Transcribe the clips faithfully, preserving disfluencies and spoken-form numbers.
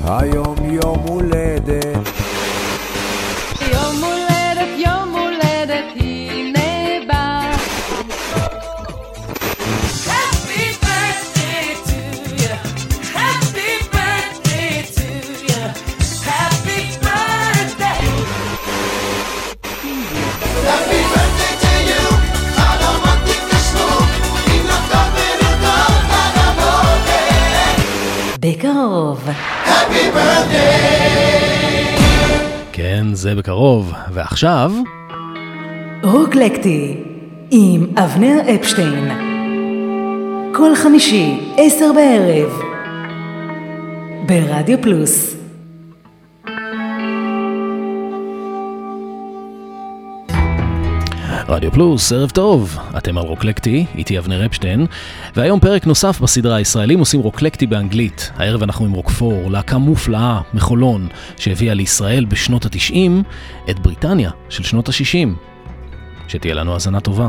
היום יום הולדת, יום הולדת, יום הולדת, הנה בא. Happy birthday to you, happy birthday to you, happy birthday. Happy birthday to you, חג רומנטי קשור, אם לא טוב ולטוב, חג המולדת. בקרוב. Happy birthday. כן, זה בקרוב. ועכשיו רוקלקטי עם אבנר אפשטיין, כל חמישי עשר בערב ברדיו פלוס. רדיו פלוס, ערב טוב, אתם על רוקלקטי, איתי אבנר אפשטיין, והיום פרק נוסף בסדרה הישראלים עושים רוקלקטי באנגלית. הערב אנחנו עם רוקפור, להקה מופלאה מחולון שהביאה לישראל בשנות ה-תשעים את בריטניה של שנות ה-שישים. שתהיה לנו האזנה טובה.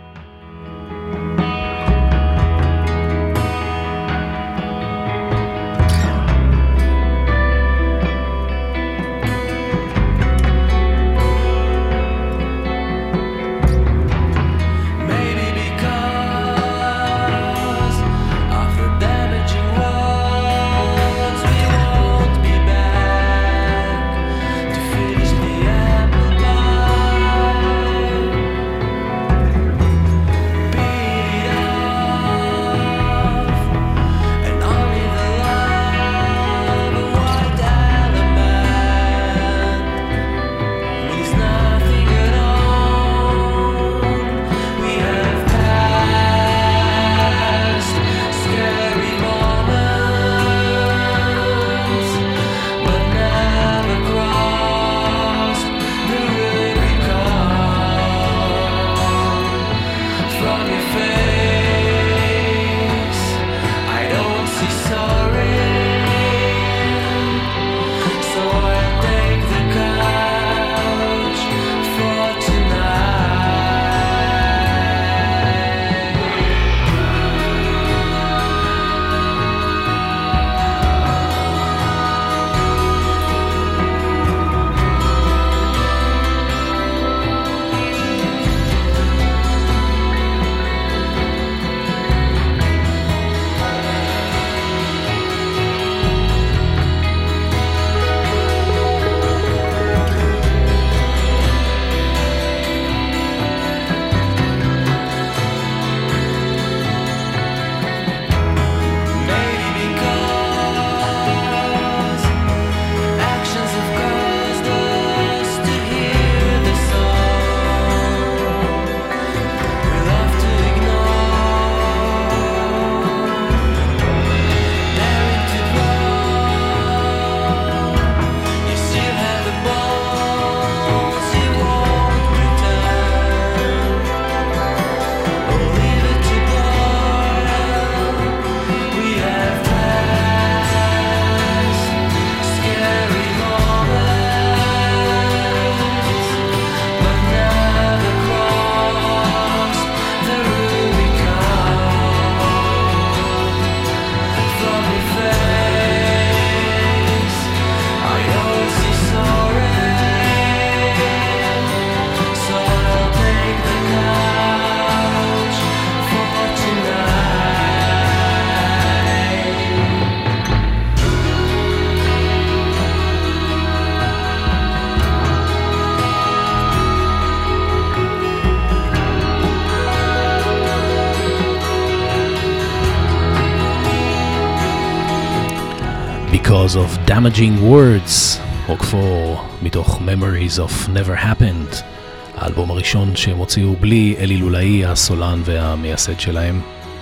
Because of Damaging Words, רוקפור מתוך Memories of Never Happened, האלבום הראשון שהם הוציאו בלי אלי לולאי, הסולן והמייסד שלהם.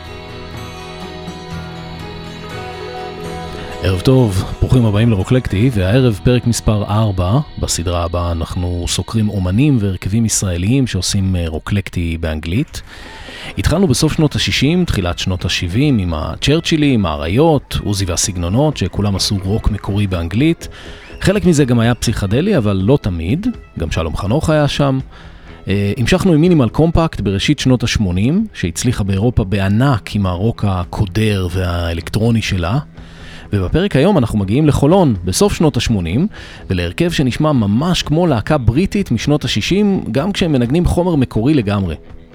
ערב טוב, ברוכים הבאים לרוקלקטי, והערב פרק מספר ארבע. בסדרה הבאה אנחנו סוקרים אומנים והרכבים ישראליים שעושים רוקלקטי באנגלית. התחלנו בסוף שנות ה-שישים, תחילת שנות ה-שבעים עם הצ'רצ'ילים, האריות, עוזי והסגנונות, שכולם עשו רוק מקורי באנגלית. חלק מזה גם היה פסיכדלי, אבל לא תמיד, גם שלום חנוך היה שם. המשכנו עם מינימל קומפקט בראשית שנות ה-שמונים, שהצליחה באירופה בענק עם הרוק הקודר והאלקטרוני שלה. ובפרק היום אנחנו מגיעים לחולון בסוף שנות ה-שמונים, ולהרכב שנשמע ממש כמו להקה בריטית משנות ה-שישים, גם כשהם מנגנים חומר מקורי לגמרי.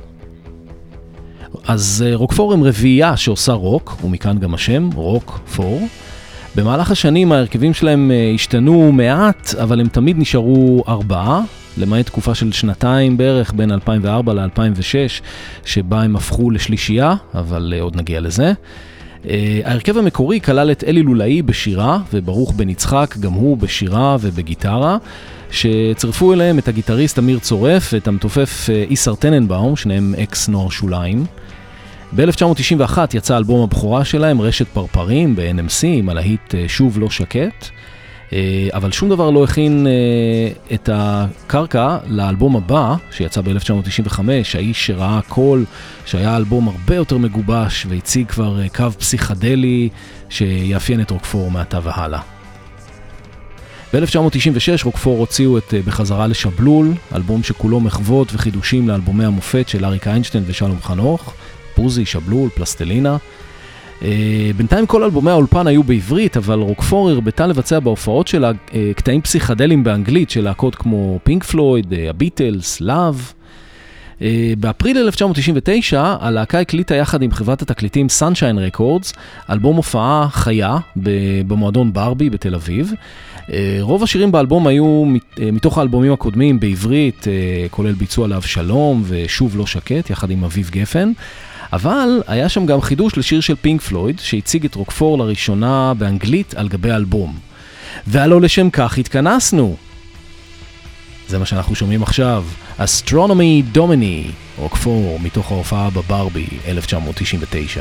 אז רוקפור הם רביעייה שעושה רוק, ומכאן גם השם, רוק פור. במהלך השנים ההרכבים שלהם השתנו מעט, אבל הם תמיד נשארו ארבעה, למעט תקופה של שנתיים בערך, בין אלפיים וארבע ל-אלפיים ושש, שבה הם הפכו לשלישייה, אבל עוד נגיע לזה. ההרכב המקורי כלל את אלי לולאי בשירה, וברוך בן יצחק גם הוא בשירה ובגיטרה, שצרפו אליהם את הגיטריסט אמיר צורף ואת המתופף איסר טננבאום, שניהם אקס נוער שוליים. ב-אלף תשע מאות תשעים ואחת יצא אלבום הבכורה שלהם, רשת פרפרים, ב-אן אם סי, עם הלהיט שוב לא שקט. אבל שום דבר לא הכין את הקרקע לאלבום הבא, שיצא ב-אלף תשע מאות תשעים וחמש, האיש שראה הכל, שהיה אלבום הרבה יותר מגובש, והציג כבר קו פסיכדלי שיאפיין את רוקפור מעתה והלאה. ב-אלף תשע מאות תשעים ושש רוקפור הוציאו את בחזרה לשבלול, אלבום שכולו מחוות וחידושים לאלבומי המופת של אריק איינשטיין ושלום חנוך, פוזי, שבלול, פלסטלינה. בינתיים כל אלבומי האולפן היו בעברית, אבל רוקפור הרבתה לבצע בהופעות שלה קטעים פסיכדליים באנגלית של להקות כמו פינק פלויד, הביטלס, לאב. באפריל אלף תשע מאות תשעים ותשע הלהקה הקליטה יחד עם חברת התקליטים סנשיין רקורדס אלבום הופעה חיה במועדון ברבי בתל אביב. רוב השירים באלבום היו מתוך האלבומים הקודמים בעברית, כולל ביצוע לאבשלום ושוב לא שקט יחד עם אביב גפן. אבל היה שם גם חידוש לשיר של פינק פלויד שהציג את רוקפור לראשונה באנגלית על גבי האלבום. והלא לשם כך התכנסנו. זה מה שאנחנו שומעים עכשיו, Astronomy Domini, רוקפור מתוך ההופעה בברבי אלף תשע מאות תשעים ותשע.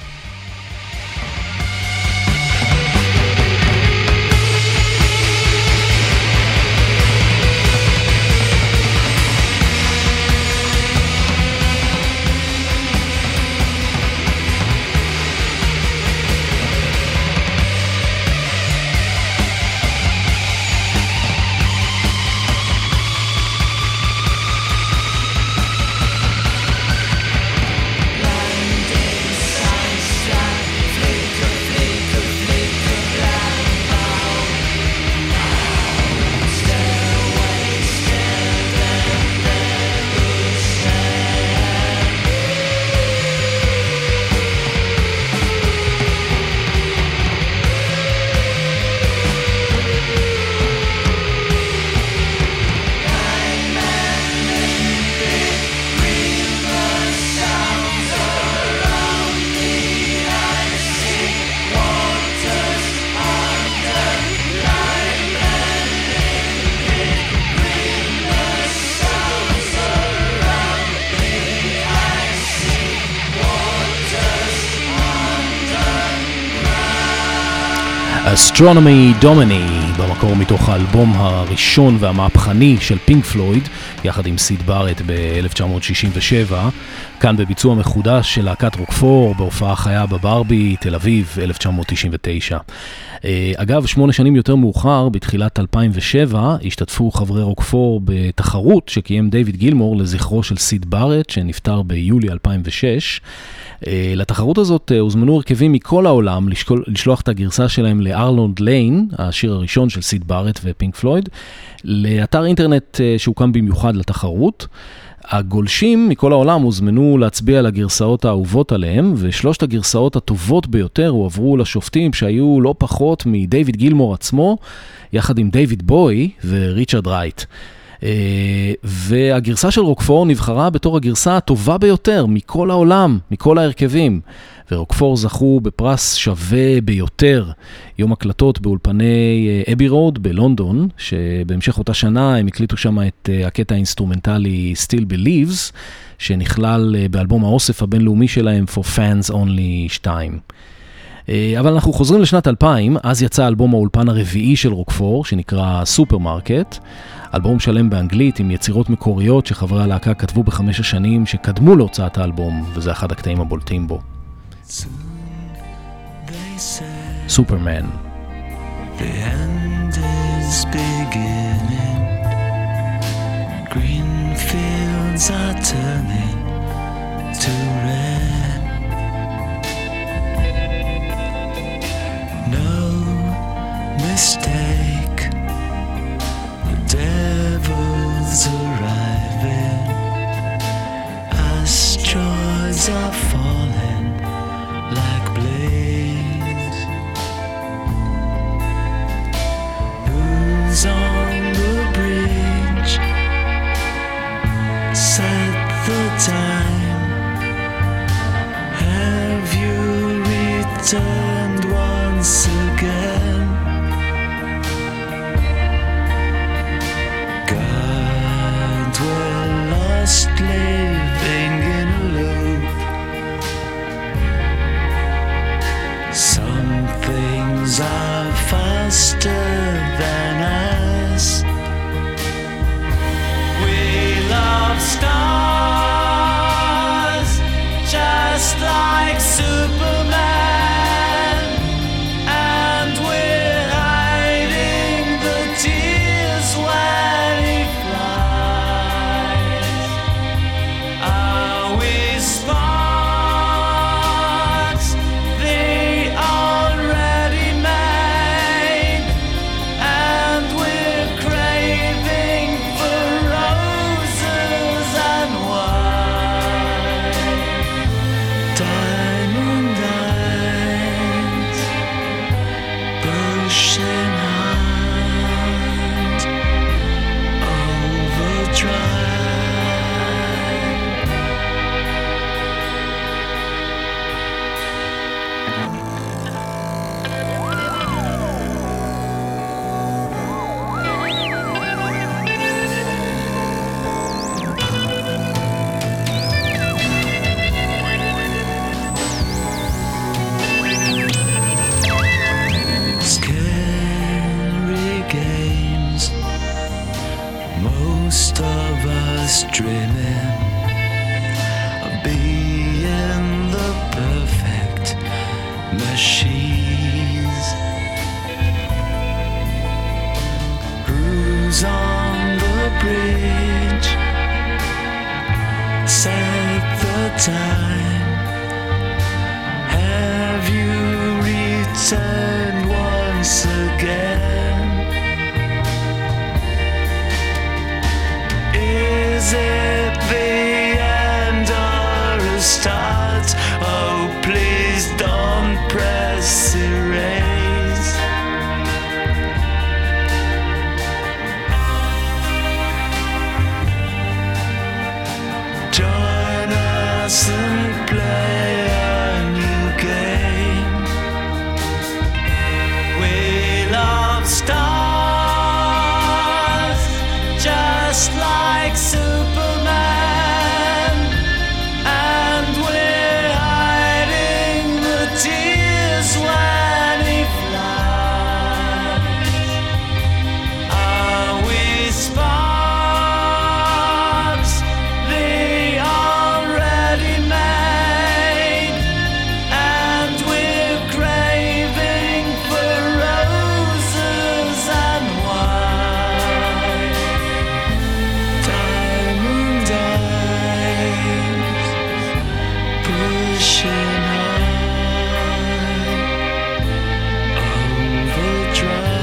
Astronomy Domini, במקור מתוך האלבום הראשון והמהפכני של פינק פלויד, יחד עם סיד בארט ב-אלף תשע מאות שישים ושבע, כאן בביצוע מחודש של להקת רוקפור, בהופעה חיה בברבי, תל אביב, אלף תשע מאות תשעים ותשע. אגב, שמונה שנים יותר מאוחר, בתחילת אלפיים ושבע, השתתפו חברי רוקפור בתחרות שקיים דיוויד גילמור לזכרו של סיד בארט, שנפטר ביולי אלפיים ושש. לתחרות הזאת הוזמנו הרכבים מכל העולם לשקול, לשלוח את הגרסה שלהם לארלונד ליין, השיר הראשון של סיד בארט ופינק פלויד, לאתר אינטרנט שהוקם במיוחד לתחרות. הגולשים מכל העולם הוזמנו להצביע על הגרסאות האהובות עליהם, ושלושת הגרסאות הטובות ביותר הועברו לשופטים שהיו לא פחות מדייוויד גילמור עצמו, יחד עם דייוויד בוי וריצ'רד רייט. והגרסה של רוקפור נבחרה בתור הגרסה הטובה ביותר מכל העולם, מכל ההרכבים. ורוקפור זכו בפרס שווה ביותר, יום הקלטות באולפני אבי רוד בלונדון, שבהמשך אותה שנה הם הקליטו שם את הקטע האינסטרומנטלי Still Believes, שנכלל באלבום האוסף הבינלאומי שלהם For Fans Only שתיים. אבל אנחנו חוזרים לשנת אלפיים, אז יצא אלבום האולפן הרביעי של רוקפור, שנקרא סופרמרקט, אלבום שלם באנגלית עם יצירות מקוריות שחברי הלהקה כתבו בחמש השנים שקדמו להוצאת האלבום, וזה אחד הקטעים הבולטים בו. סופרמן. The end is beginning. Green fields are turning to red. No mistake. The devil's arriving. Asteroids are falling like blades. Who's on the bridge? Set the time. Have you returned once again? God, we're lost living in a loop. Some things are faster than us. We love stars just like Superman, and we're hiding the tears when he flies. Are we sparks they already made, and we're craving for roses and wine? Diamond eyes, pushing hard, overdrive. Scary games, most of us dreaming of being the perfect machines. Who's on the bridge? Set the time. Have you returned once again? Is it the end or a start? Oh, please don't press erase. Join us and play a new game. We love stars just like Superman, and we're hiding the tears when he flies. Are we sparks they already made, and we're craving for roses and wine? Diamond eyes, pushing hard, overdrive.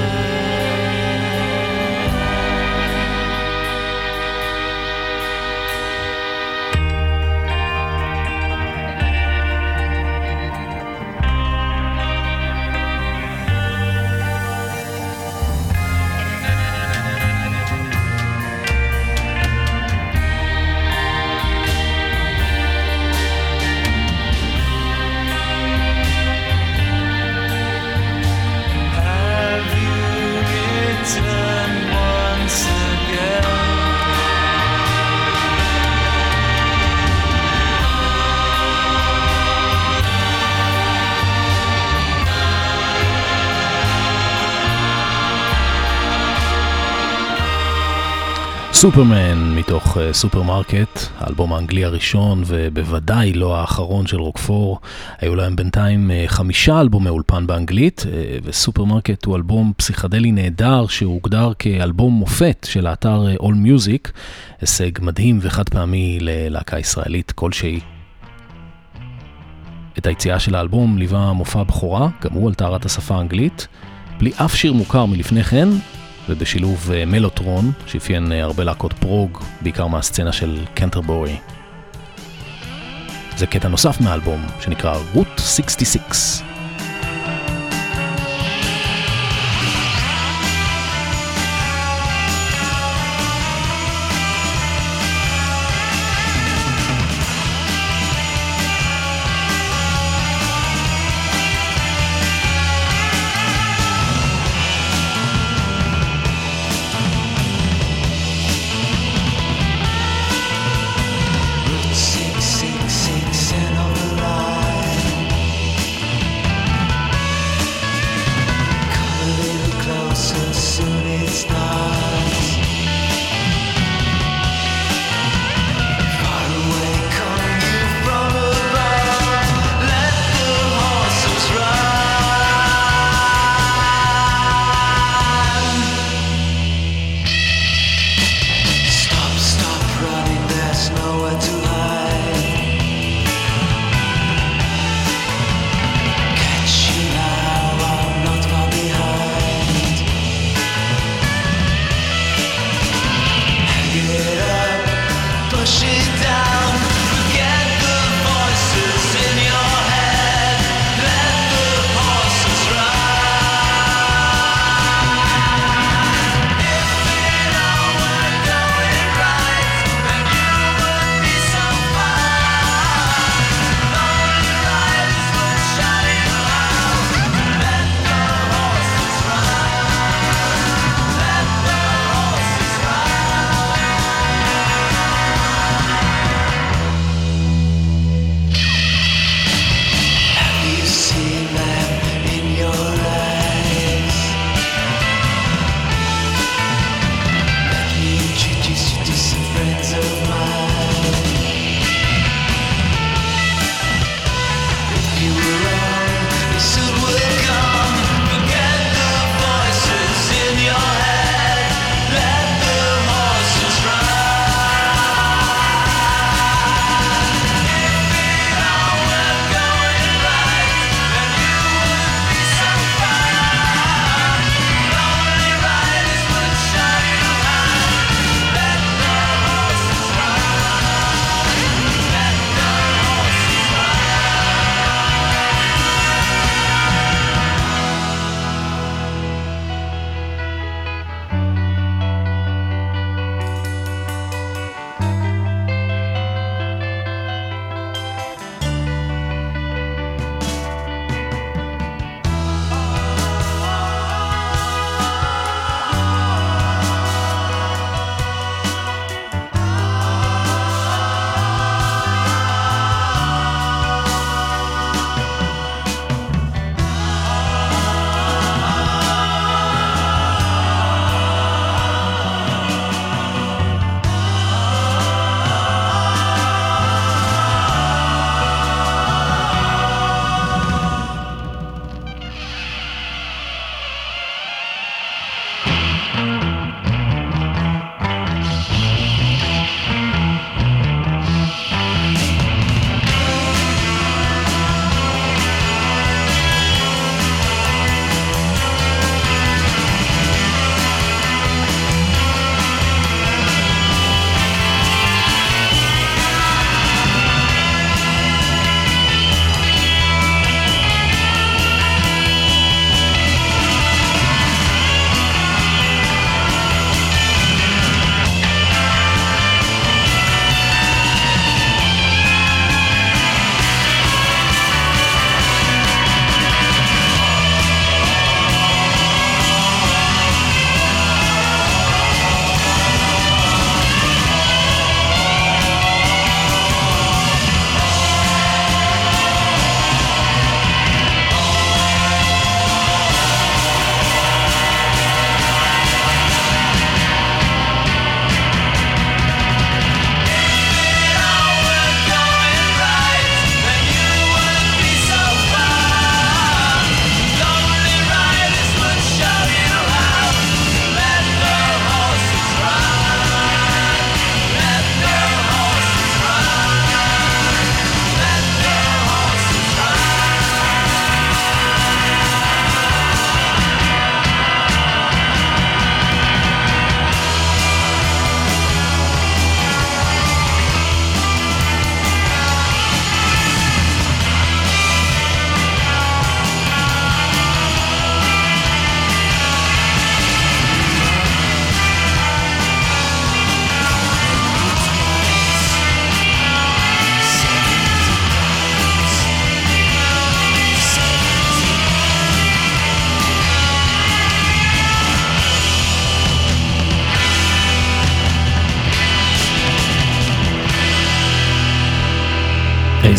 Have you returned once again? סופרמן מתוך אה, סופרמרקט, האלבום האנגלי הראשון ובוודאי לא האחרון של רוקפור. היו להם בינתיים אה, חמישה אלבומי אולפן באנגלית, אה, וסופרמרקט הוא אלבום פסיכדלי נהדר שהוגדר כאלבום מופת של האתר אה, All Music, הישג מדהים וחד פעמי ללהקה ישראלית כלשהי. את היציאה של האלבום ליווה מופע בכורה, גם הוא על טהרת השפה האנגלית, בלי אף שיר מוכר מלפני כן, ובשילוב מלוטרון, שאפיין הרבה להקות פרוג, בעיקר מהסצנה של קנטרבורי. זה קטע נוסף מהאלבום, שנקרא רוט שישים ושש. Six, six, six, and over the line.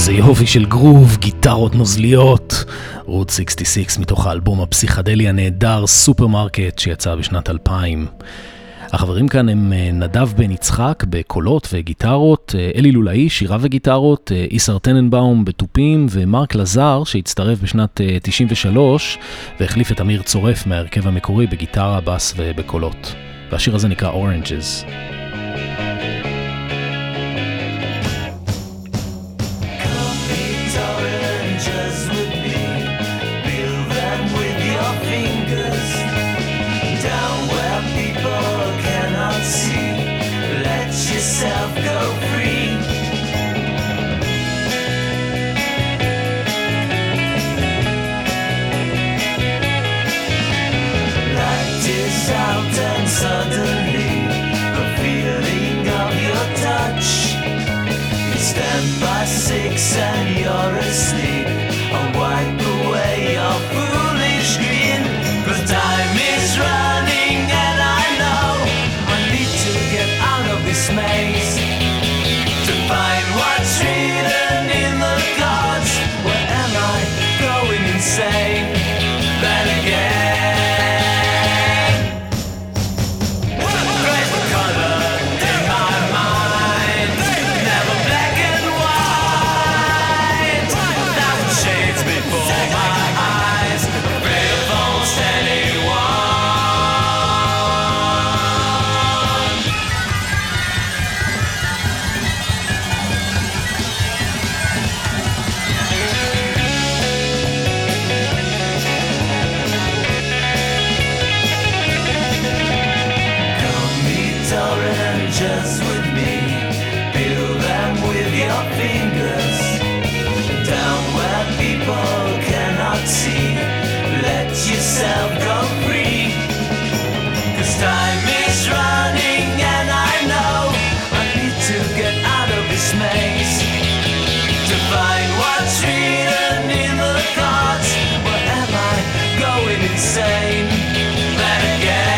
איזה יופי של גרוב, גיטרות נוזליות. רות שישים ושש מתוך האלבום הפסיכדלי הנהדר סופרמרקט שיצא בשנת אלפיים. החברים כאן הם נדב בן יצחק בקולות וגיטרות, אלי לולאי שירה וגיטרות, איסר טננבאום בטופים ומרק לזר שהצטרף בשנת תשעים ושלוש והחליף את אמיר צורף מהרכב המקורי בגיטרה, בס ובקולות. והשיר הזה נקרא Oranges. Go free. Light is out and suddenly the feeling of your touch. You stand by six and you're asleep. I'll wipe away your foolish grin. 'Cause time is running and I know I need to get out of this maze. Find what's written in the cards. Where am I going insane? Then again, gray's the color in my mind. Never black and white. Thousand shades before my eyes. Afraid of almost anyone. Oranges with me, peel them with your fingers, down where people cannot see, let yourself go free, 'cause time is running and I know I need to get out of this maze, to find what's written in the cards. Where am I going insane? Then again,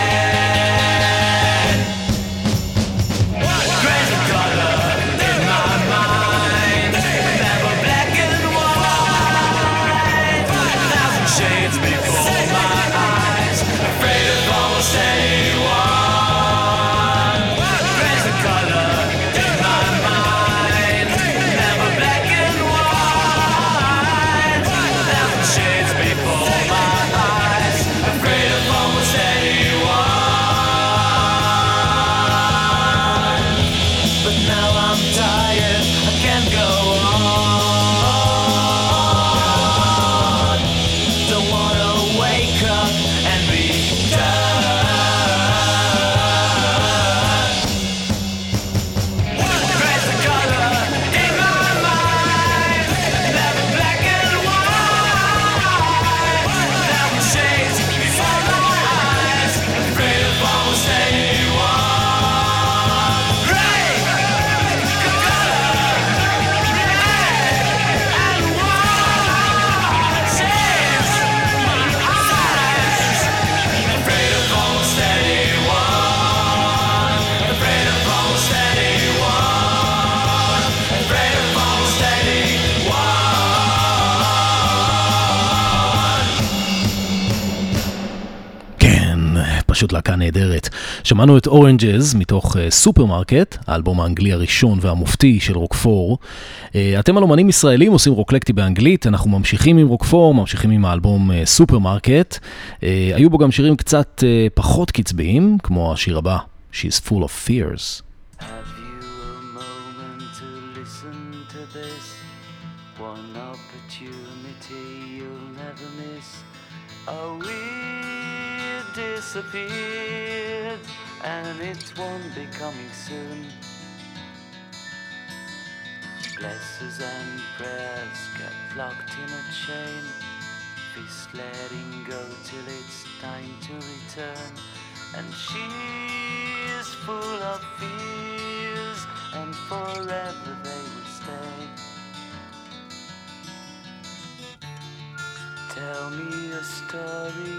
פשוט להקה נהדרת. שמענו את Oranges מתוך סופרמרקט, האלבום האנגלי הראשון והמופתי של רוקפור. אתם על אומנים ישראלים עושים רוקלקטי באנגלית, אנחנו ממשיכים עם רוקפור, ממשיכים עם האלבום סופרמרקט. היו בו גם שירים קצת פחות קצביים, כמו השיר הבא, She's Full of Fears. Have you a moment to listen to this? One opportunity you'll never miss. Oh, we disappeared and it won't be coming soon. Blessings and prayers get locked in a chain, fist letting go till it's time to return. And she is full of fears and forever they will stay. Tell me a story,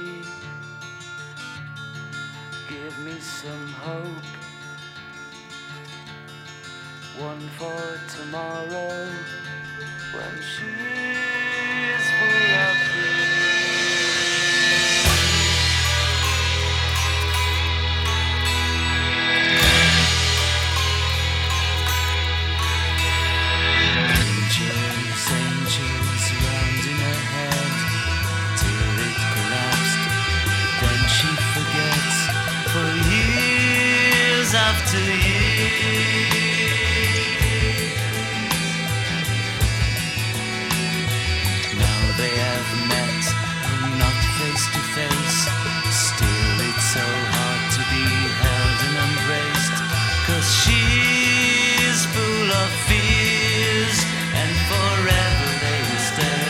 give me some hope, one for tomorrow, when she is full of angels, angels surrounding her head till it collapsed. Then she forgets for years after years. Now they have met, not face to face. Still it's so hard to be held and embraced, 'cause she's full of fears, and forever they will stay.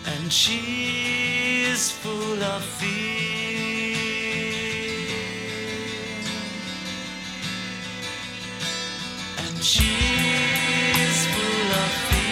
and she's full of fear, and she's full of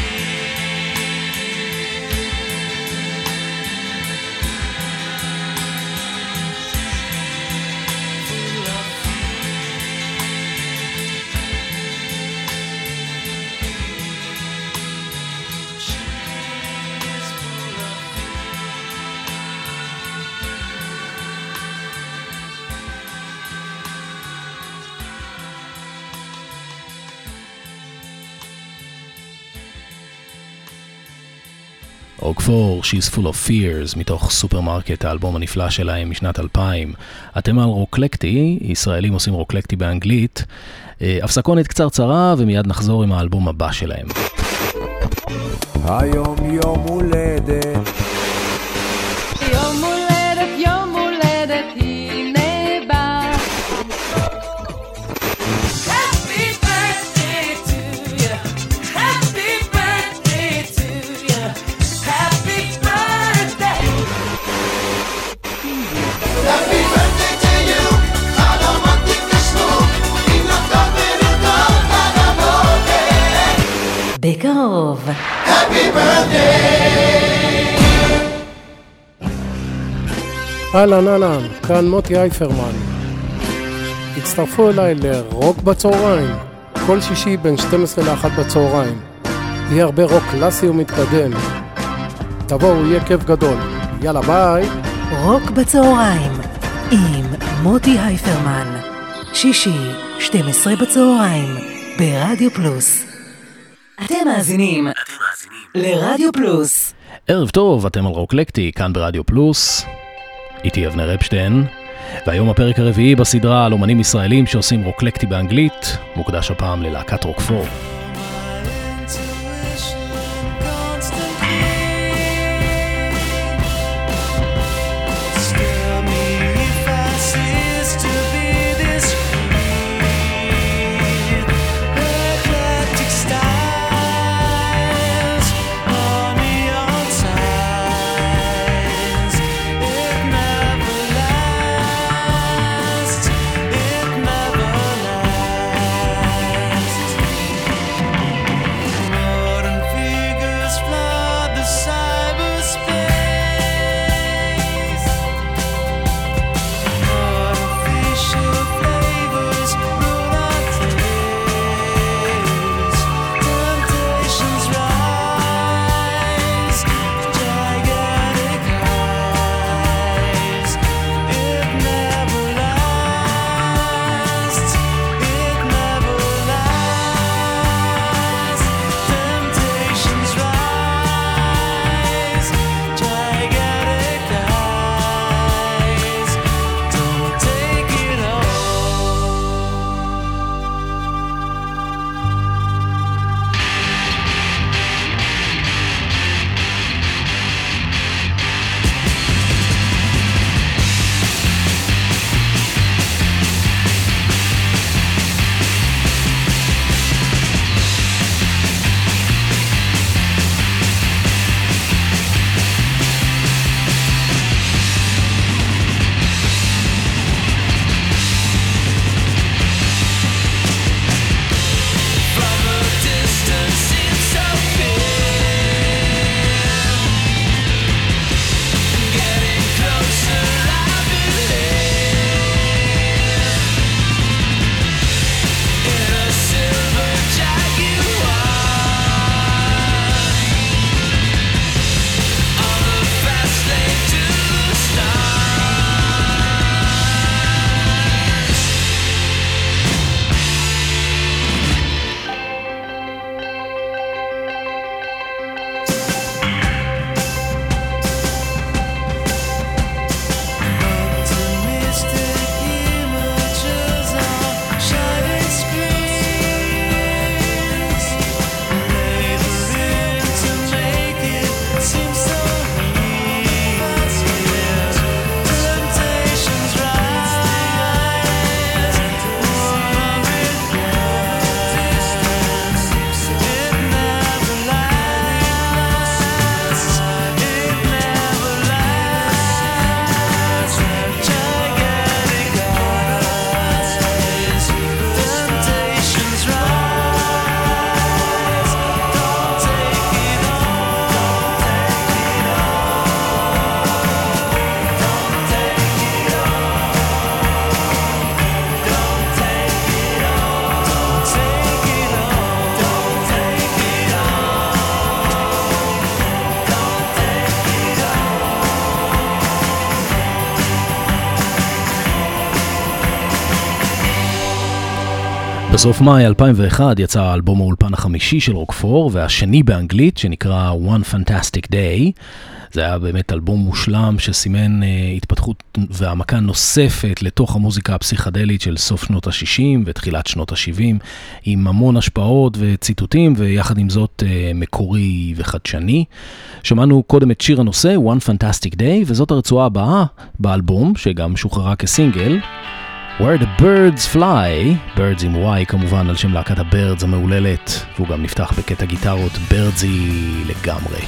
רוקפור, She's Full of Fears, מתוך סופרמרקט, האלבום הנפלא שלהם משנת אלפיים. אתם על רוקלקטי, ישראלים עושים רוקלקטי באנגלית. הפסקונת קצרצרה ומיד נחזור עם האלבום הבא שלהם. היום יום הולדת, יום הולדת, יום הולדת, הנה בא. Happy birthday to you, happy birthday to you, happy birthday. Happy birthday to you, חלומות תתגשמו, אם נפתח ונרקוד עד הבוקר. בקרוב. Happy birthday. אהלן אהלן, כאן מוטי אייפרמן. הצטרפו אליי לרוק בצהריים, כל שישי בין שתים עשרה לאחת בצהריים. יהיה הרבה רוק קלאסי ומתקדם. תבואו, יהיה כיף גדול. יאללה ביי. רוק בצהריים עם מוטי הייפרמן, שישי שתים עשרה בצהריים ברדיו פלוס. אתם מאזינים לרדיו פלוס. ערב טוב, אתם על רוקלקטי, כאן ברדיו פלוס. איתי אבנר אפשטיין, והיום הפרק הרביעי בסדרה על אומנים ישראלים שעושים רוקלקטי באנגלית, מוקדש הפעם ללהקת רוקפור. It never lasts. בסוף מאי אלפיים ואחת יצא אלבום האולפן החמישי של רוקפור, והשני באנגלית שנקרא One Fantastic Day. זה היה באמת אלבום מושלם שסימן uh, התפתחות והעמקה נוספת לתוך המוזיקה הפסיכדלית של סוף שנות ה-שישים ותחילת שנות ה-שבעים, עם המון השפעות וציטוטים, ויחד עם זאת uh, מקורי וחדשני. שמענו קודם את שיר הנושא One Fantastic Day, וזאת הרצועה הבאה באלבום שגם שוחררה כסינגל, Where the Birds Fly, Birds עם Y כמובן על שם להקת הבירדס המעוללת, והוא גם נפתח בקטע גיטרות בירדסי לגמרי.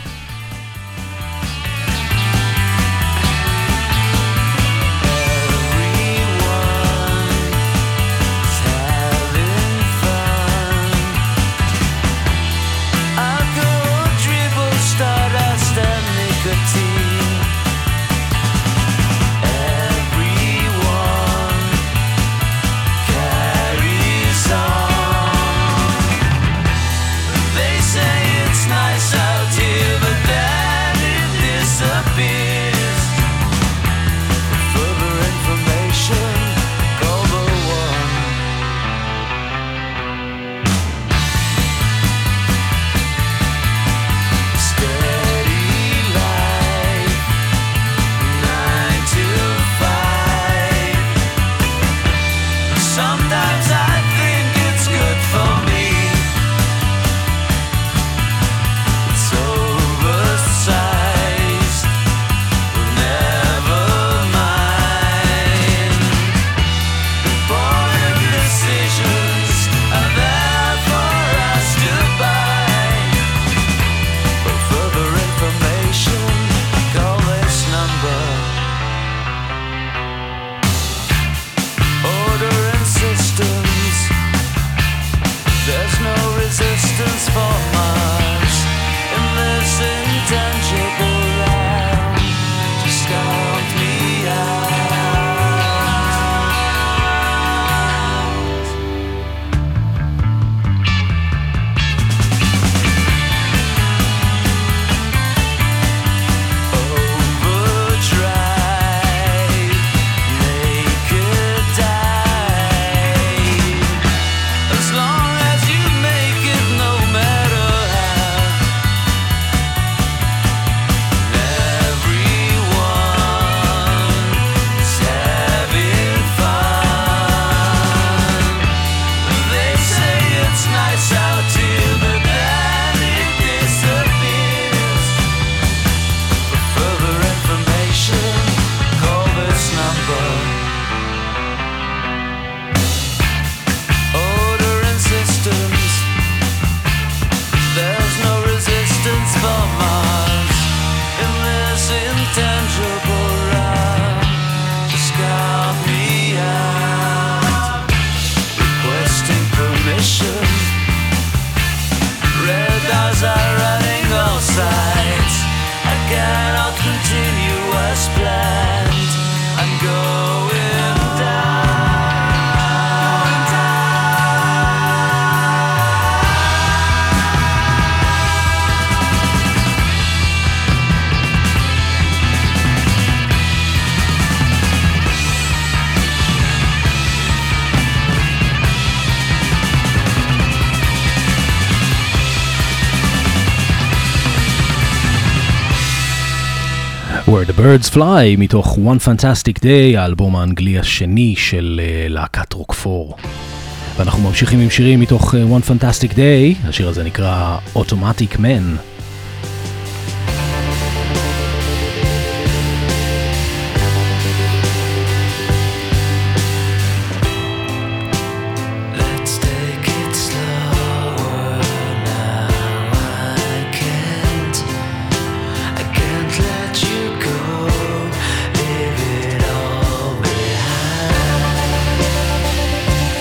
Where the Birds Fly מתוך One Fantastic Day, האלבום האנגלי השני של uh, להקת רוקפור. ואנחנו ממשיכים עם שירים מתוך uh, One Fantastic Day, השיר הזה נקרא Automatic Man.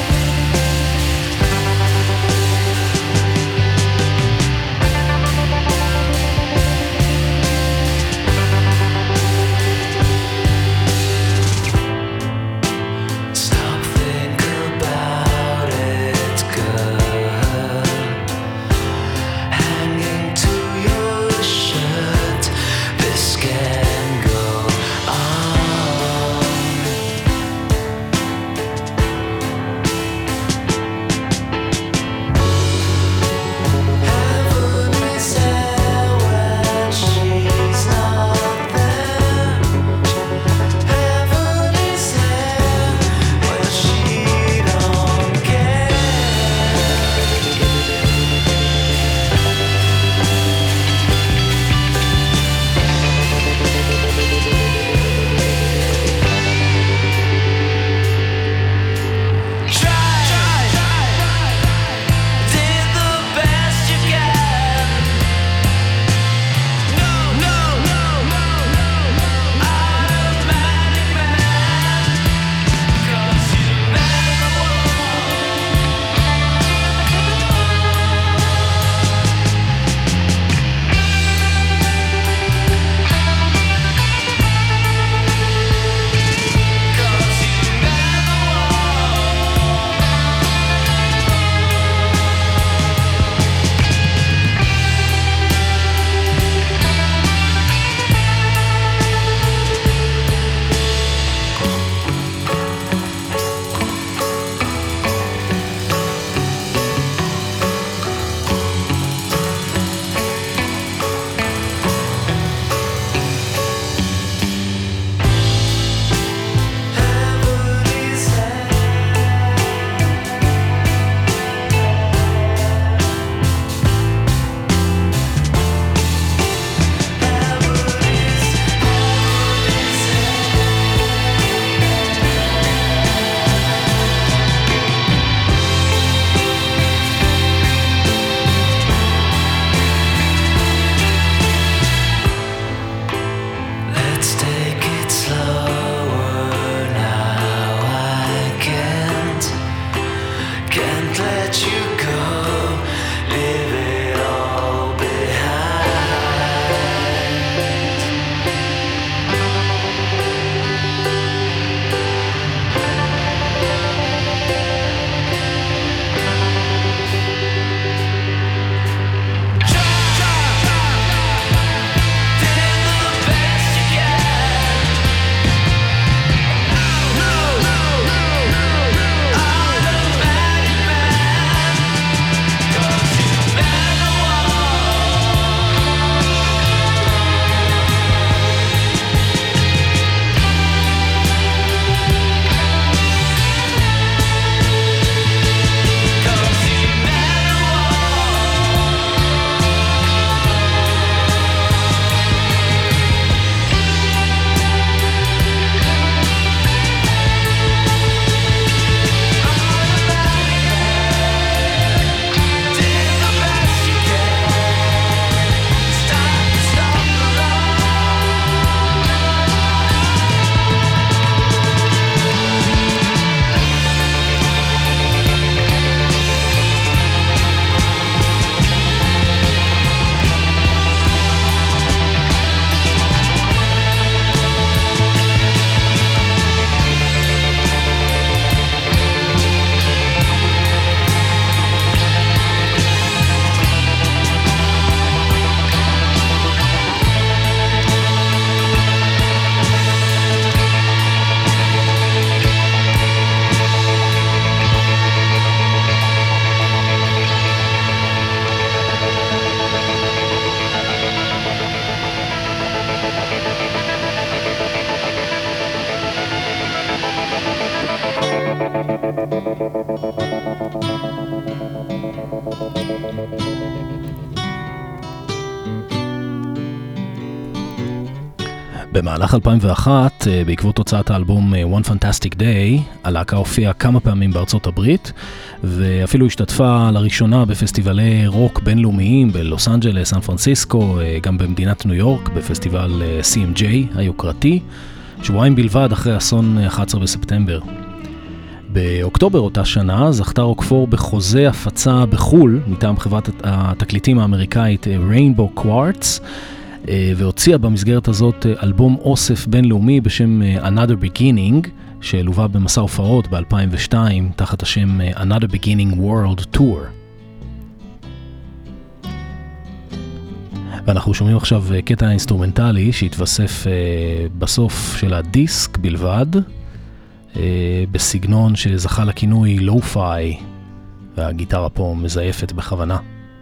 Automatic במהלך אלפיים ואחת, בעקבות תוצאת האלבום One Fantastic Day, הלהקה הופיעה כמה פעמים בארצות הברית, ואפילו השתתפה לראשונה בפסטיבלי רוק בינלאומיים בלוס אנג'לס, סן פרנסיסקו, גם במדינת ניו יורק, בפסטיבל סי אם ג'יי היוקרתי, שבועיים בלבד אחרי אסון אחד עשר בספטמבר. באוקטובר אותה שנה זכתה רוקפור בחוזה הפצה בחול, מטעם חברת התקליטים האמריקאית Rainbow Quartz, והוציאה במסגרת הזאת אלבום אוסף בינלאומי בשם Another Beginning, שלווה במסע הופעות ב-אלפיים ושתיים תחת השם Another Beginning World Tour. ואנחנו שומעים עכשיו קטע אינסטרומנטלי שהתווסף בסוף של הדיסק בלבד, בסגנון שזכה לכינוי לואו-פיי, והגיטרה פה מזייפת בכוונה.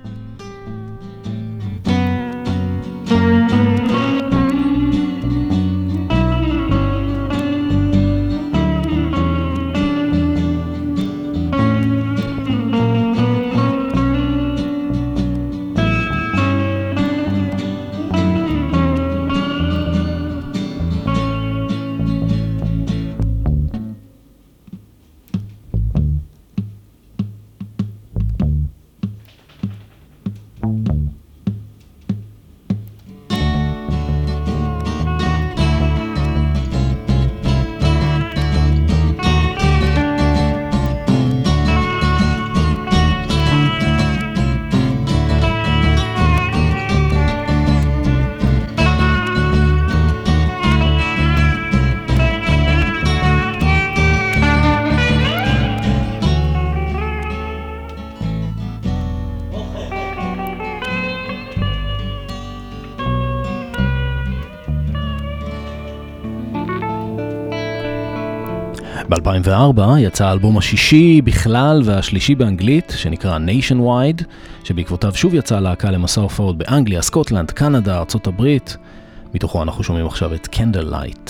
ב-אלפיים וארבע יצא האלבום השישי בכלל והשלישי באנגלית, שנקרא Nationwide, שבעקבותיו שוב יצא להקה למסע הופעות באנגליה, סקוטלנד, קנדה, ארצות הברית. מתוכו אנחנו שומעים עכשיו את Candlelight.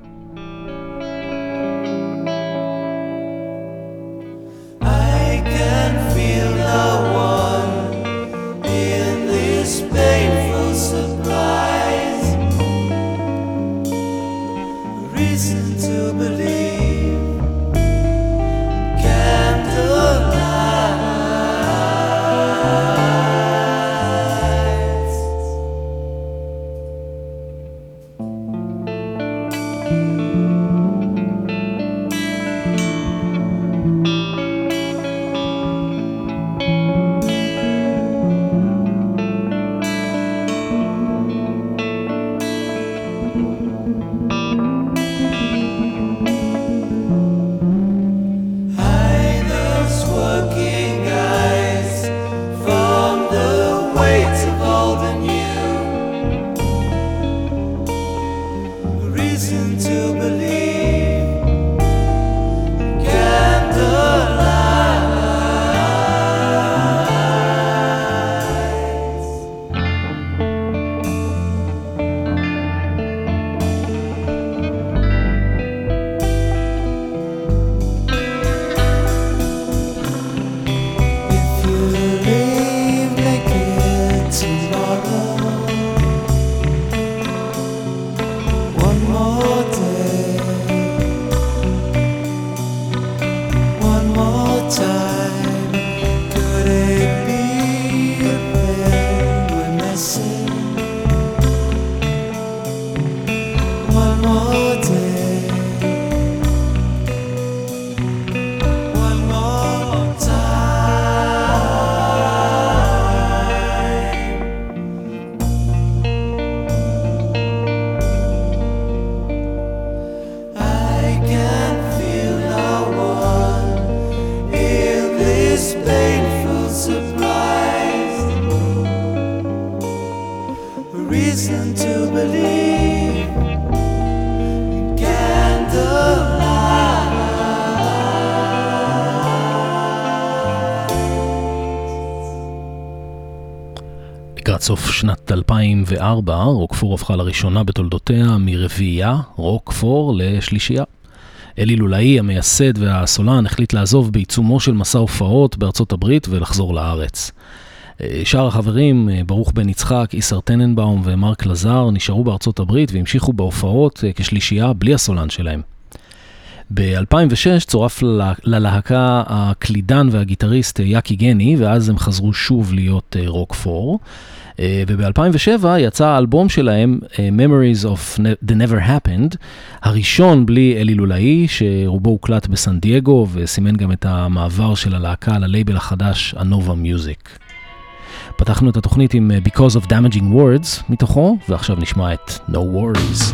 I can feel no one in this painful surprise. Reason to believe. לקראת סוף שנת אלפיים וארבע, רוקפור הפכה לראשונה בתולדותיה מרביעייה, רוקפור, לשלישייה. אלי לולאי, המייסד והסולן, החליט לעזוב בעיצומו של מסע הופעות בארצות הברית ולחזור לארץ. שאר החברים, ברוך בן יצחק, איסר טננבאום ומרק לזר, נשארו בארצות הברית והמשיכו בהופעות כשלישייה בלי הסולן שלהם. ב-אלפיים ושש צורף ללהקה הקלידן והגיטריסט יקי גני, ואז הם חזרו שוב להיות רוק פור. וב-אלפיים ושבע יצא האלבום שלהם, Memories of the Never Happened, הראשון בלי אלי לולאי, שרובו הוקלט בסן דייגו, וסימן גם את המעבר של הלהקה ללייבל החדש, הנובה מיוזיק. פתחנו את התוכנית עם Because of Damaging Words מתוכו, ועכשיו נשמע את No Worries.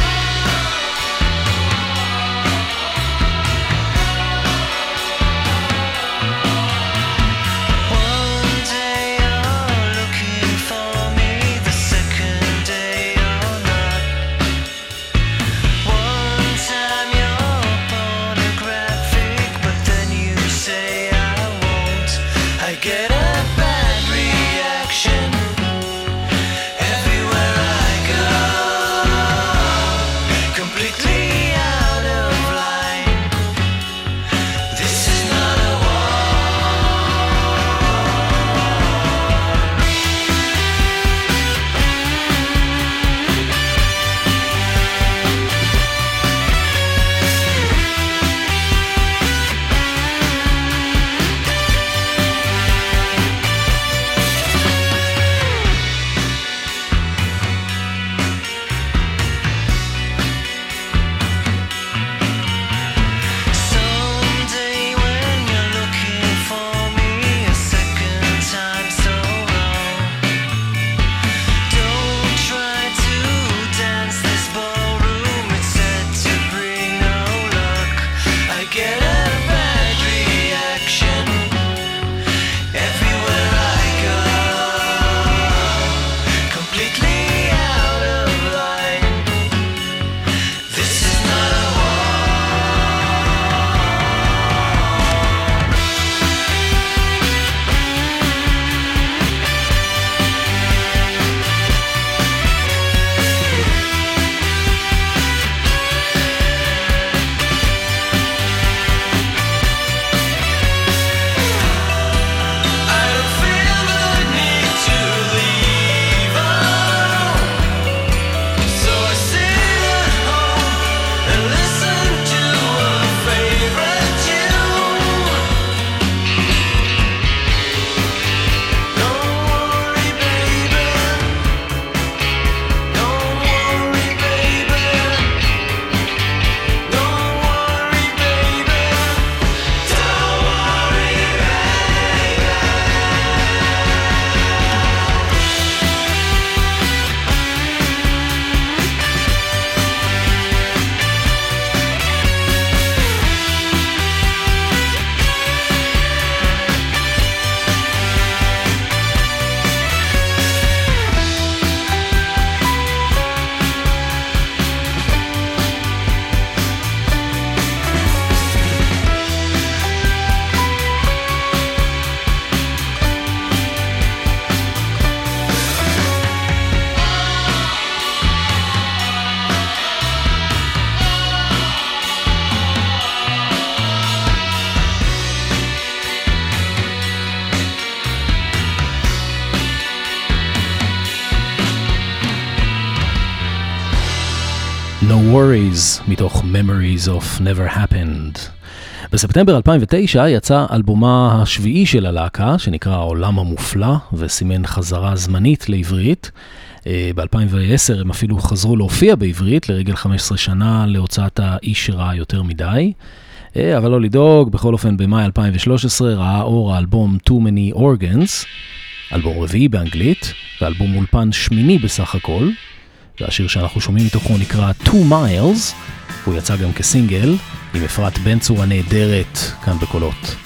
No Worries, מתוך Memories of Never Happened. בספטמבר אלפיים ותשע יצא אלבומה השביעי של הלהקה, שנקרא העולם המופלא, וסימן חזרה זמנית לעברית. ב-אלפיים ועשר הם אפילו חזרו להופיע בעברית, לרגל חמש עשרה שנה להוצאת האיש שראה יותר מדי. אבל לא לדאוג, בכל אופן במאי אלפיים ושלוש עשרה ראה אור האלבום Too Many Organs, אלבום רביעי באנגלית, ואלבום אולפן שמיני בסך הכל. והשיר שאנחנו שומעים מתוכו נקרא Two Miles, הוא יצא גם כסינגל, עם אפרת בן צור הנהדרת כאן בקולות.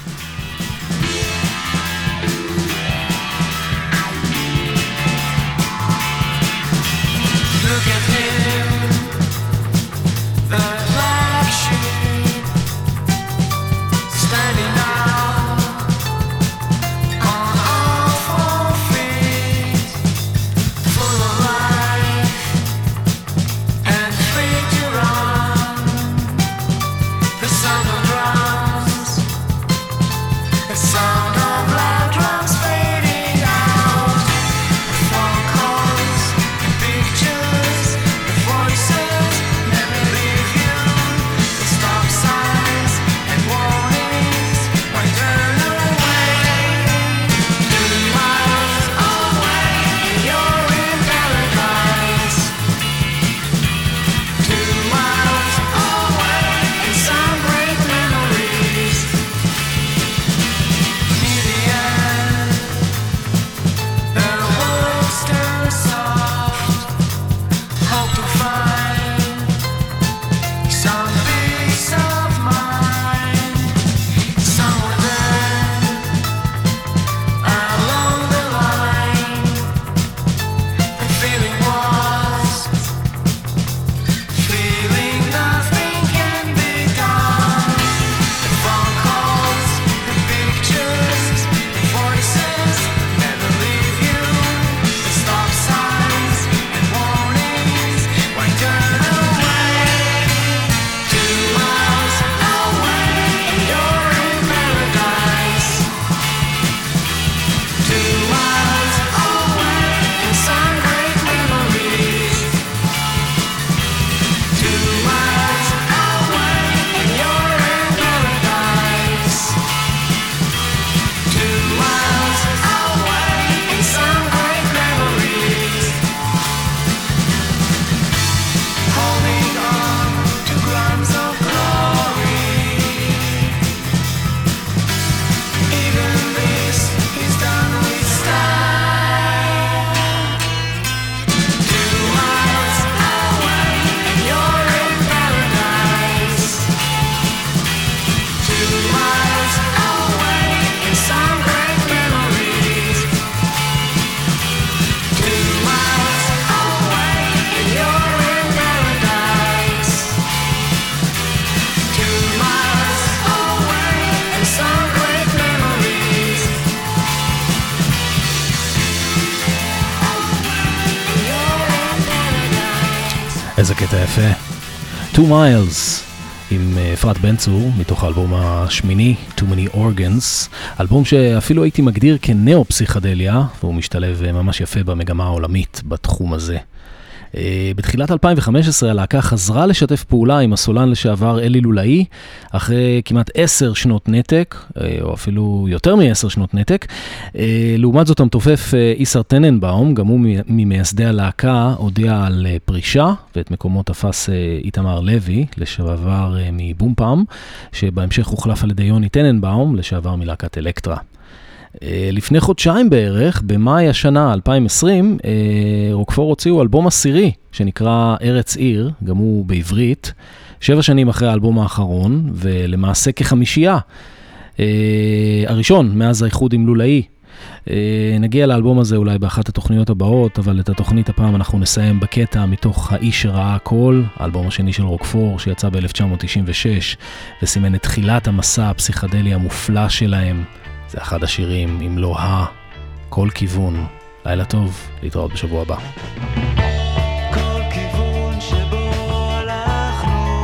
איזה קטע יפה. Two Miles עם אפרת בן צור מתוך האלבום השמיני Too Many Organs, אלבום שאפילו הייתי מגדיר כנאו-פסיכדליה, והוא משתלב ממש יפה במגמה העולמית בתחום הזה. בתחילת אלפיים וחמש עשרה הלהקה חזרה לשתף פעולה עם הסולן לשעבר אלי לולאי, אחרי כמעט עשר שנות נתק, או אפילו יותר מעשר שנות נתק. לעומת זאת המתופף איסר טננבאום, גם הוא ממייסדי הלהקה, הודיע על פרישה, ואת מקומו תפס איתמר לוי, לשעבר מבומפם, שבהמשך הוחלף על ידי יוני טננבאום, לשעבר מלהקת אלקטרה. לפני חודשיים בערך, במאי השנה אלפיים ועשרים, רוקפור הוציאו אלבום עשירי, שנקרא ארץ עיר, גם הוא בעברית, שבע שנים אחרי האלבום האחרון, ולמעשה כחמישייה, הראשון מאז האיחוד עם לולאי. נגיע לאלבום הזה אולי באחת התוכניות הבאות, אבל את התוכנית הפעם אנחנו נסיים בקטע מתוך האיש שראה הכל, האלבום השני של רוקפור שיצא ב-אלף תשע מאות תשעים ושש, וסימן את תחילת המסע הפסיכדלי המופלא שלהם. זה אחד השירים, אם לא ה, כל כיוון. לילה טוב, להתראות בשבוע הבא. כל כיוון שבו הלכנו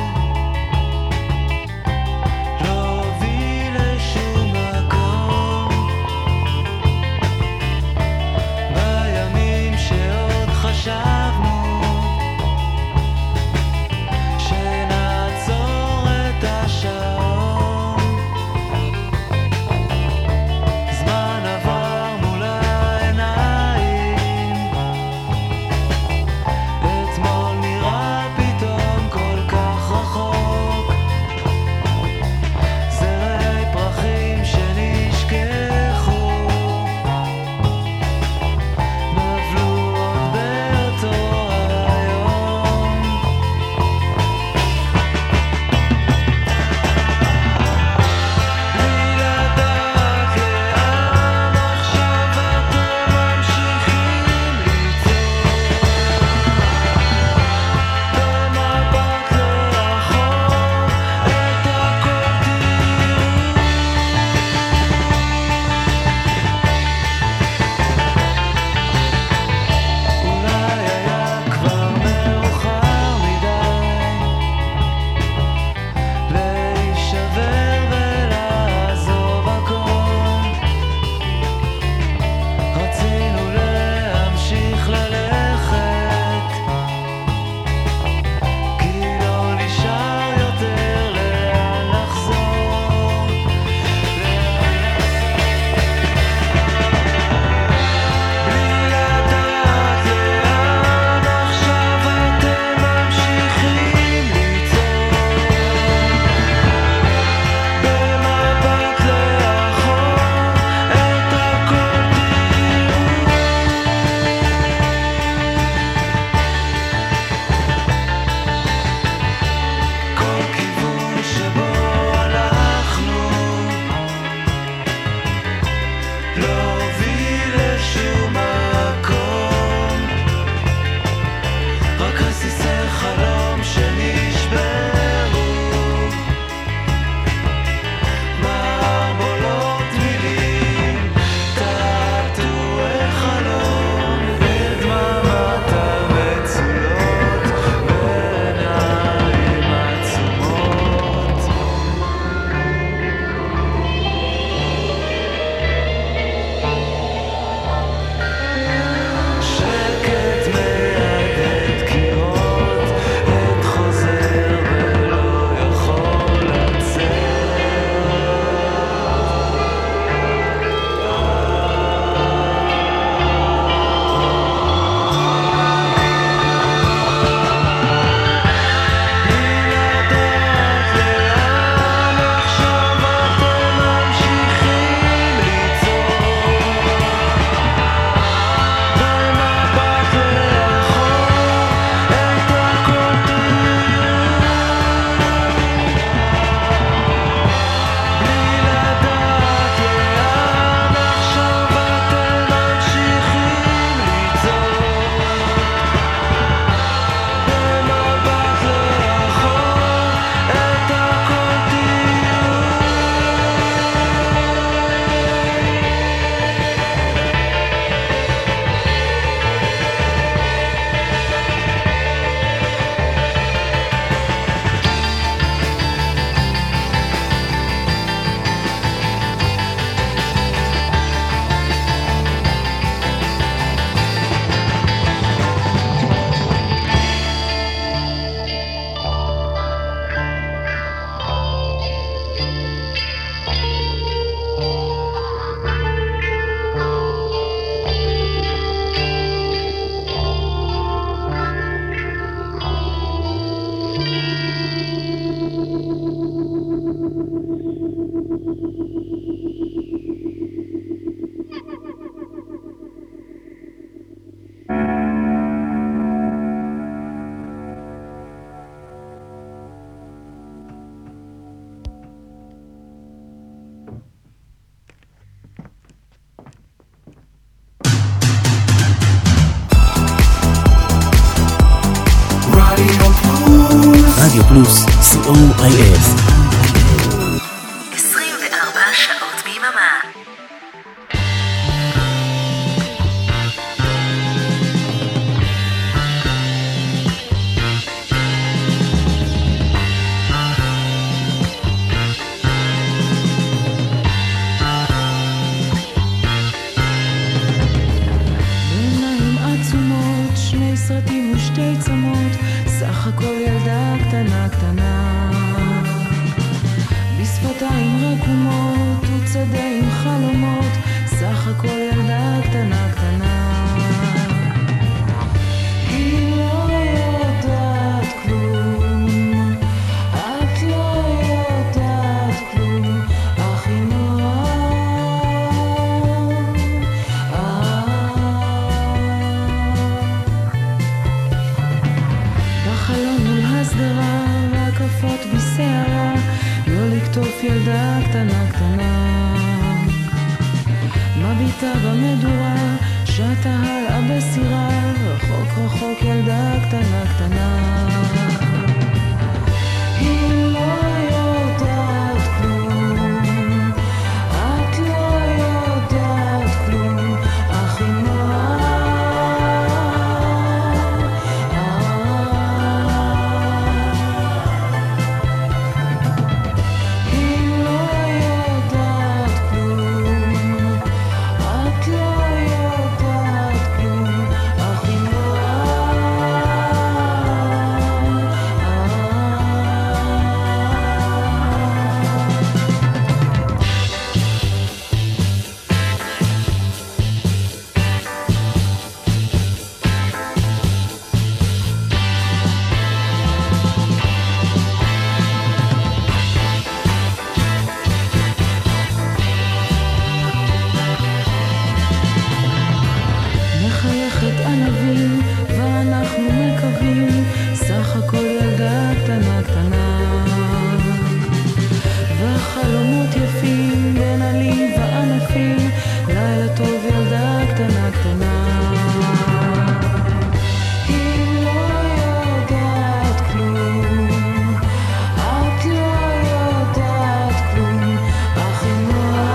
לא הוביל לשום מקום, בימים שעוד חשבנו שנעצור את השעון, זמן עבר מול העיניים פלוס, סי או איי אל. עשרים וארבע שעות ביממה. בעיניים עצומות, שני סרטים ושתי צמות, סך הכל ילדה קטנה קטנה, בשפתיים רקומות וצדה עם חלומות, סך הכל ילדה קטנה קטנה. היא לא יודעת כלום, את לא יודעת כלום, אך היא נורא. בחלון מול הסדרה, רקפות בשערה, לא לקטוף ילדה קטנה קטנה, מביטה במדורה, שתה הלאה בסירה, רחוק רחוק ילדה קטנה קטנה. היא לא יודעת כלום, את לא יודעת כלום, אך היא נורא. היא לא יודעת כלום, את לא יודעת כלום, אך היא נורא. מחייכת ענבים ואנחנו מקווים, סך הכל ילדה קטנה קטנה, והחלומות יפים בין עלים וענפים, לילה טוב ילדה קטנה קטנה. היא לא יודעת כלום, את לא יודעת כלום, אך היא נורא.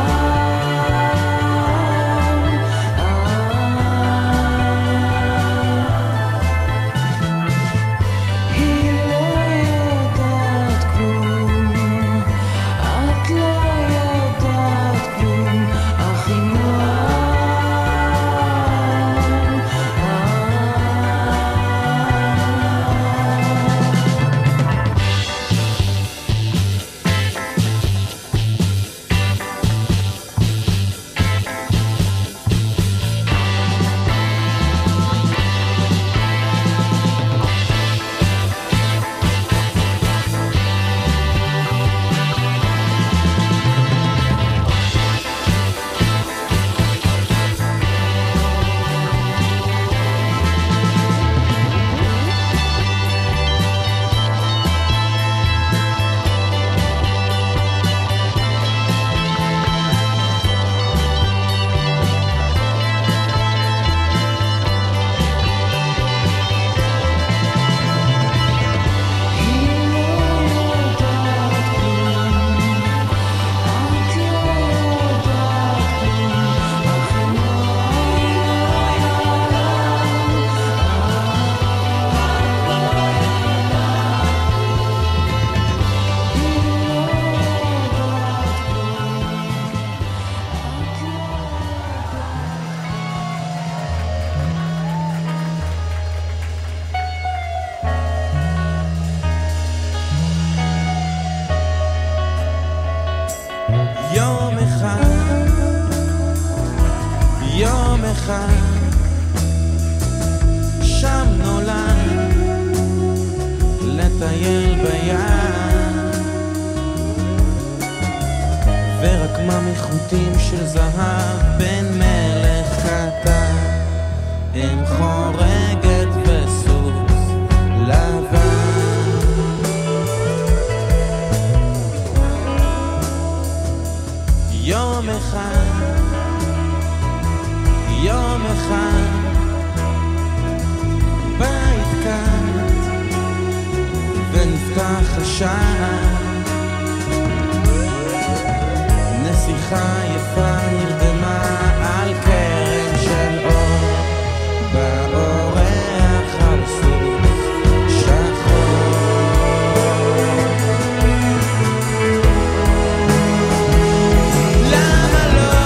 היא לא יודעת כלום, את לא יודעת כלום, אך היא נורא. יום אחד, יום אחד, שם נולד לטייל בים, ורקמה מחוטים של זהב בין מלך קטן, עם חורגת וסוס לבן. יום אחד, יום אחד, בית קט ונפתח נפתח השער, נסיכה יפה נרדמה על קרן של אור, באורח על סוס שחור. למה לא,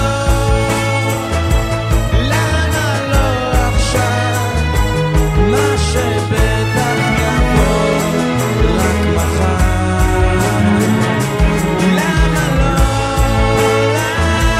למה לא עכשיו, מה שבטח יבוא רק מחר. למה לא, למה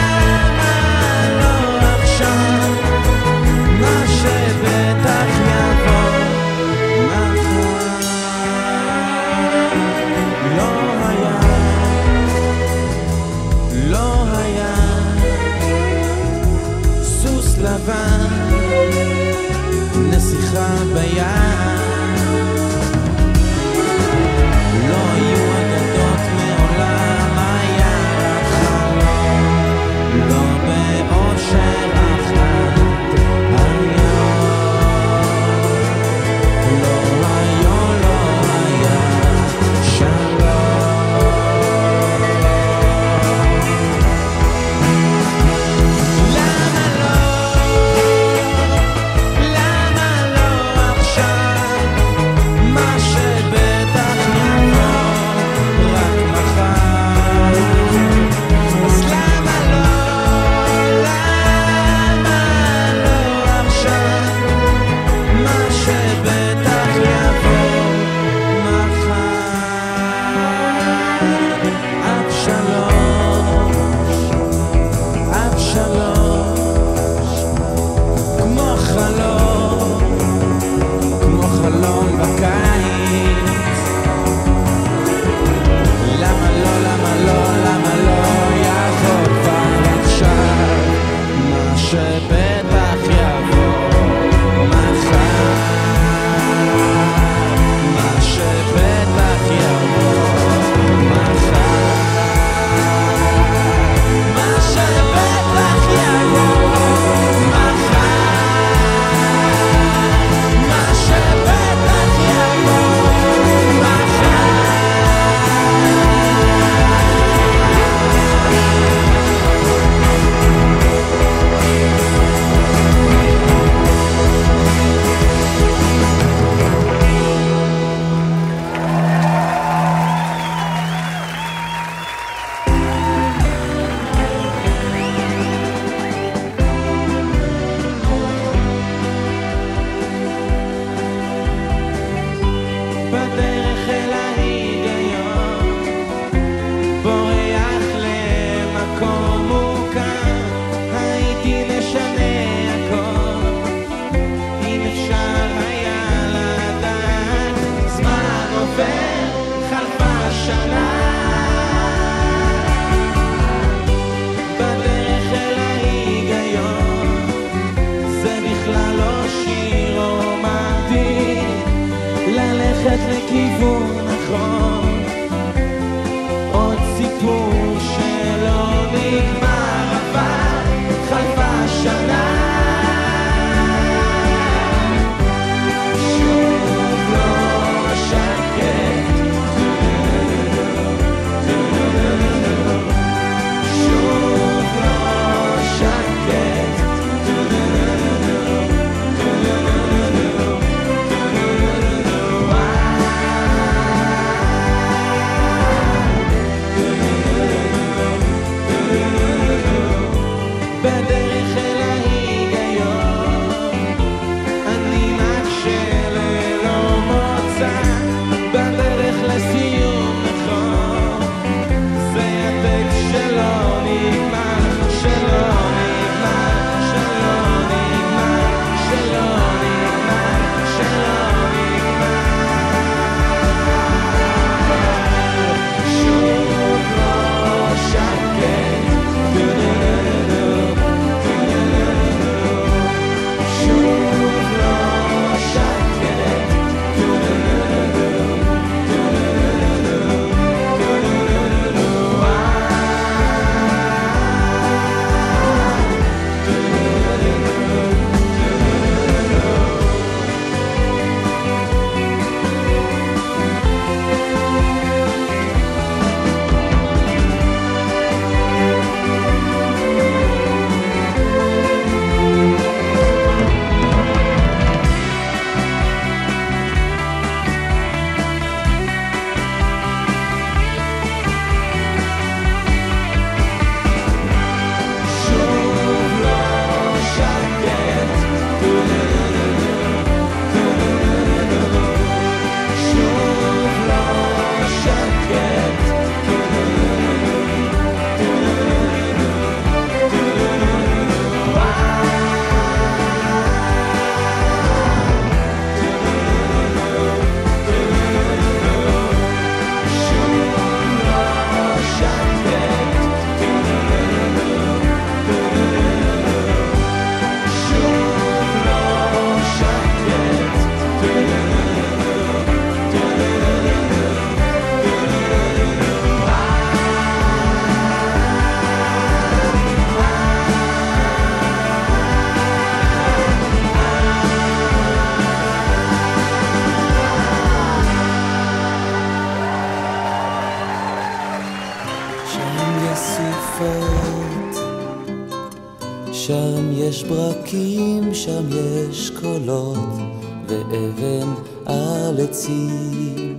שם יש ברקים, שם יש קולות ואבן על עצים.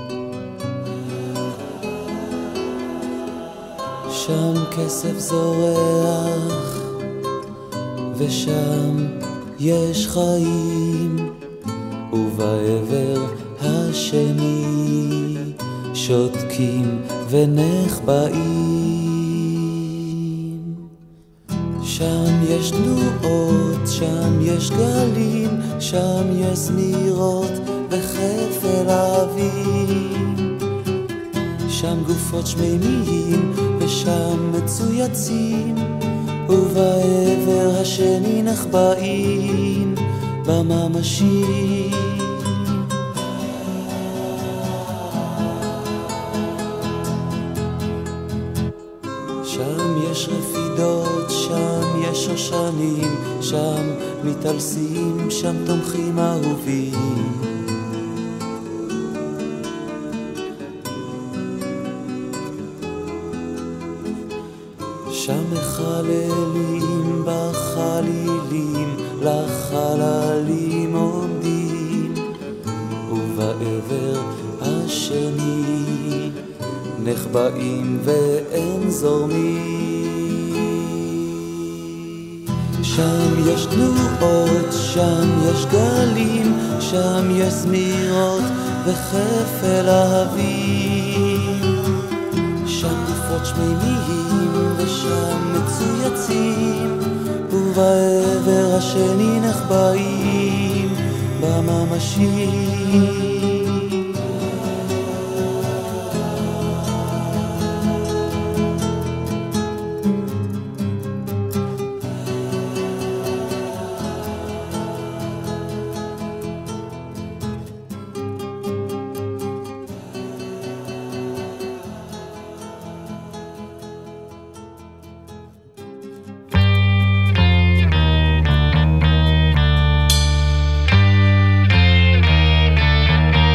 שם כסף זורח ושם יש חיים, ובעבר השני שותקים ונחבאים. שם יש תנועות, שם יש גלים, שם יש זמירות וחפל אווים. שם גופות שמימיים ושם מצויצים, ובעבר השני נחבאים בממשי. שם יש רפידות, שם יש שושנים, שם מתעלסים, שם תומכים אהובים. שם מחללים בחלילים, לחללים עומדים, ובעבר השני נחבאים ואין זורמים. שם יש תנועות, שם יש גלים, שם יש זמירות וחפל אהבים. שם גופות שמימיים ושם מצויצים, ובעבר השני נחבאים בממשי. Thank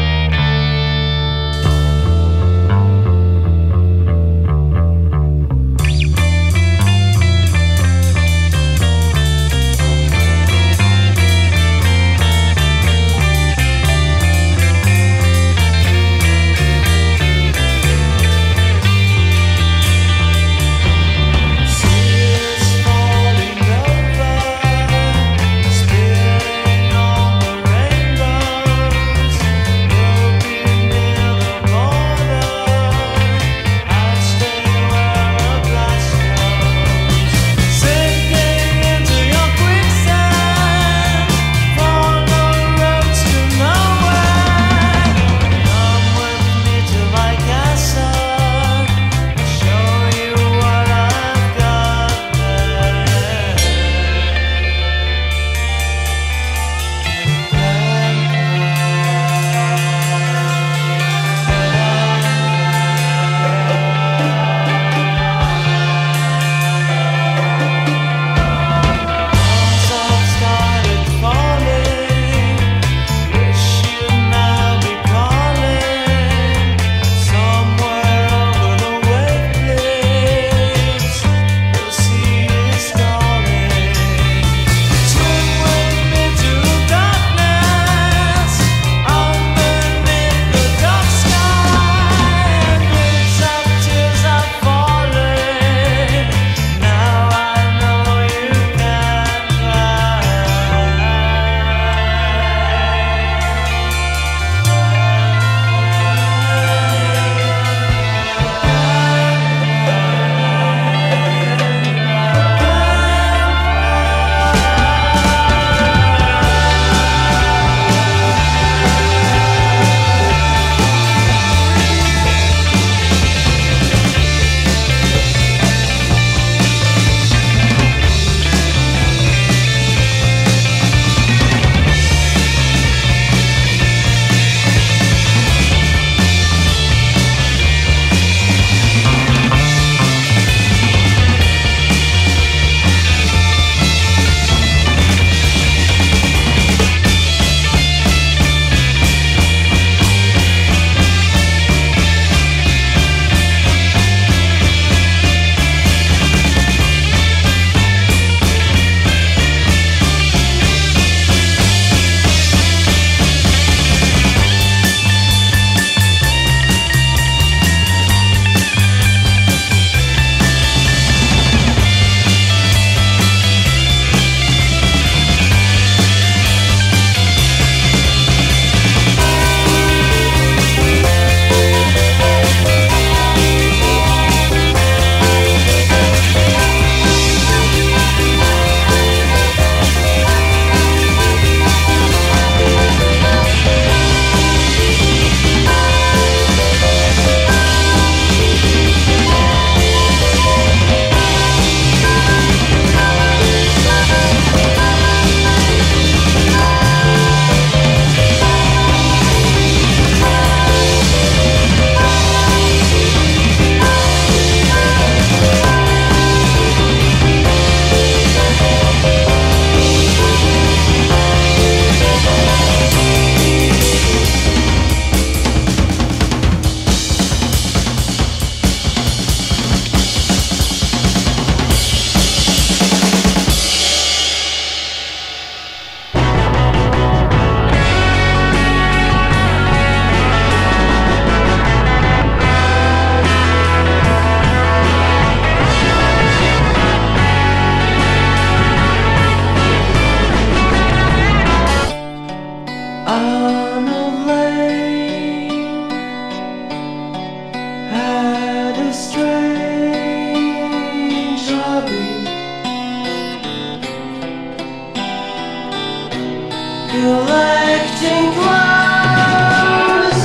collecting clouds,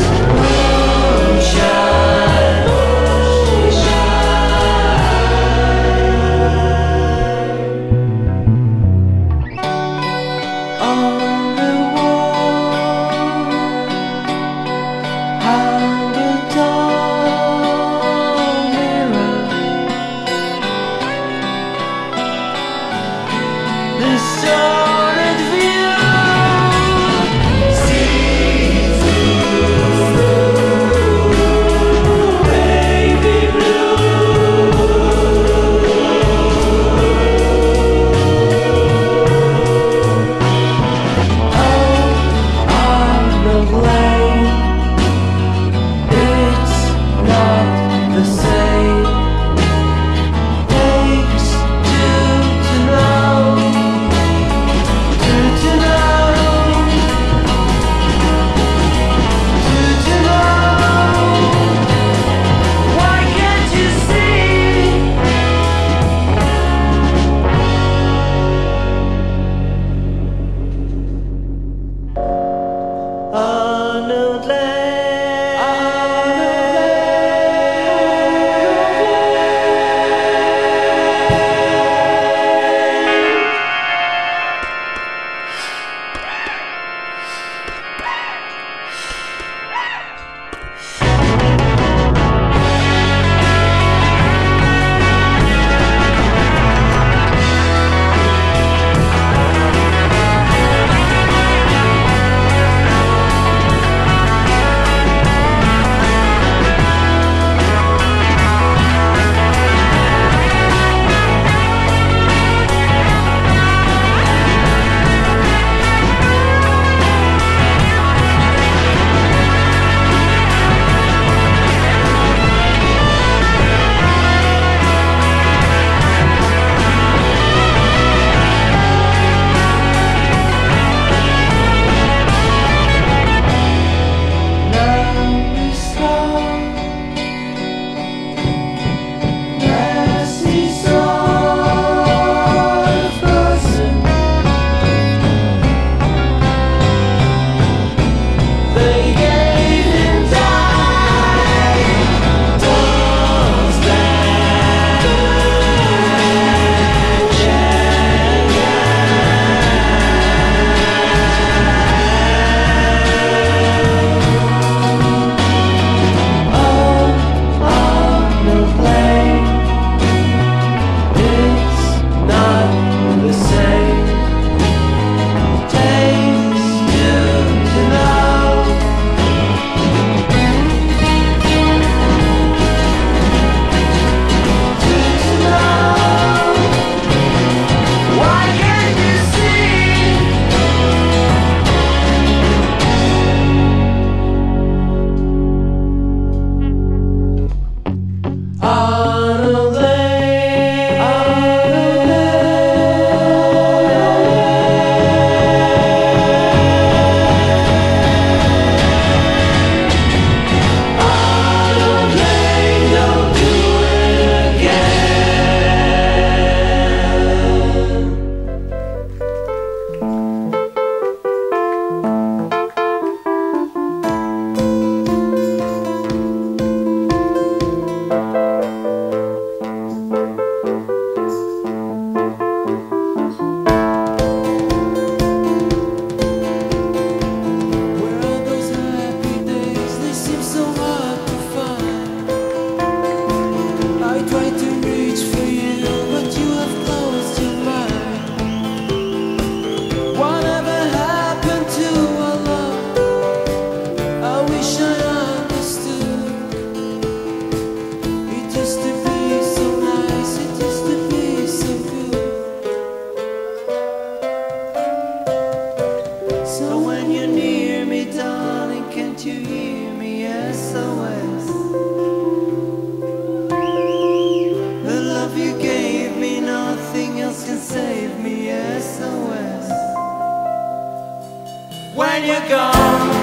moonshine, on the wall hung a tall mirror. The sordid view sees through baby blue. Oh, Arnold Lane, it's not the same. Takes two to know. To know, to to know. Why can't you see? Arnold Lane, when you're gone.